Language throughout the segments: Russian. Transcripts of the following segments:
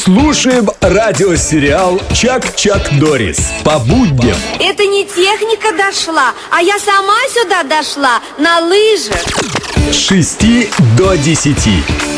Слушаем радиосериал «Чак-Чак Дорис» по будням. Это не техника дошла, а я сама сюда дошла на лыжах. С 6 до 10.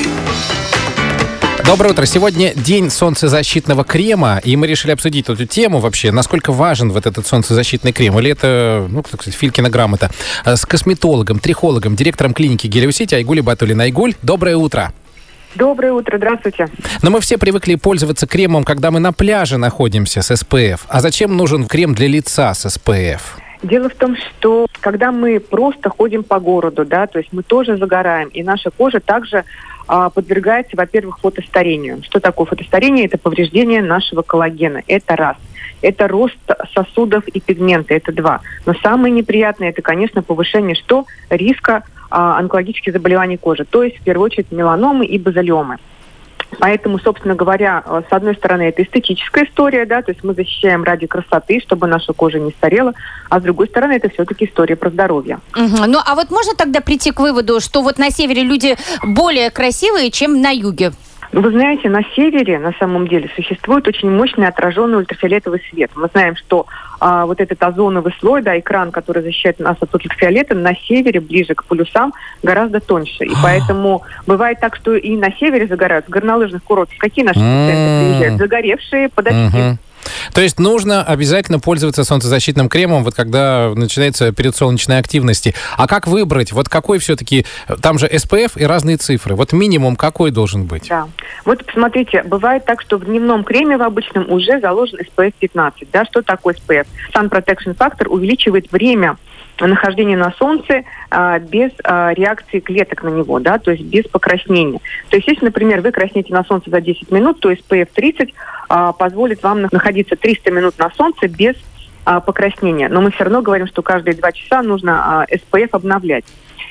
Доброе утро. Сегодня день солнцезащитного крема, и мы решили обсудить эту тему вообще, насколько важен вот этот солнцезащитный крем, или это, так сказать, Филькина грамота, с косметологом, трихологом, директором клиники Гелиосити Айгуль Батуллиной. Айгуль, доброе утро. Доброе утро, здравствуйте. Но мы все привыкли пользоваться кремом, когда мы на пляже находимся с SPF. А зачем нужен крем для лица с SPF? Дело в том, что когда мы просто ходим по городу, то есть мы тоже загораем, и наша кожа также подвергается, во-первых, фотостарению. Что такое фотостарение? Это повреждение нашего коллагена. Это раз. Это рост сосудов и пигмента. Это два. Но самое неприятное, это, конечно, повышение риска онкологических заболеваний кожи. То есть, в первую очередь, меланомы и базалиомы. Поэтому, собственно говоря, с одной стороны, это эстетическая история, то есть мы защищаем ради красоты, чтобы наша кожа не старела, а с другой стороны, это все-таки история про здоровье. Ну, а вот можно тогда прийти к выводу, что вот на севере люди более красивые, чем на юге? Вы знаете, на севере, на самом деле, существует очень мощный отраженный ультрафиолетовый свет. Мы знаем, что вот этот озоновый слой, экран, который защищает нас от ультрафиолета, на севере, ближе к полюсам, гораздо тоньше. И поэтому бывает так, что и на севере загорают, с горнолыжных курортов. Какие наши пациенты приезжают? Загоревшие под очки. То есть нужно обязательно пользоваться солнцезащитным кремом, вот когда начинается период солнечной активности. А как выбрать? Вот какой все-таки... Там же SPF и разные цифры. Вот минимум какой должен быть? Да. Вот посмотрите, бывает так, что в дневном креме в обычном уже заложен SPF 15. Что такое SPF? Sun Protection Factor увеличивает время нахождения на солнце без реакции клеток на него, то есть без покраснения. То есть, если, например, вы краснеете на солнце за 10 минут, то SPF 30 позволит вам находиться 300 минут на солнце без покраснения. Но мы все равно говорим, что каждые 2 часа нужно SPF обновлять.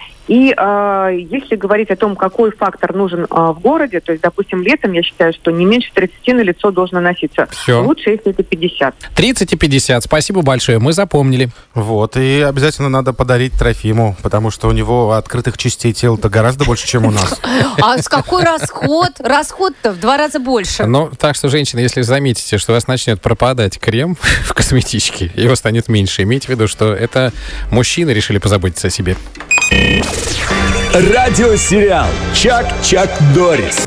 И если говорить о том, какой фактор нужен в городе, то есть, допустим, летом, я считаю, что не меньше 30 на лицо должно носиться. Все. Лучше, если это 50. 30 и 50. Спасибо большое. Мы запомнили. Вот. И обязательно надо подарить Трофиму, потому что у него открытых частей тела-то гораздо больше, чем у нас. А с какой расход? Расход-то в 2 раза больше. Так что, женщины, если заметите, что у вас начнет пропадать крем в косметичке, его станет меньше, имейте в виду, что это мужчины решили позаботиться о себе. Радиосериал «Чак-Чак Дорис».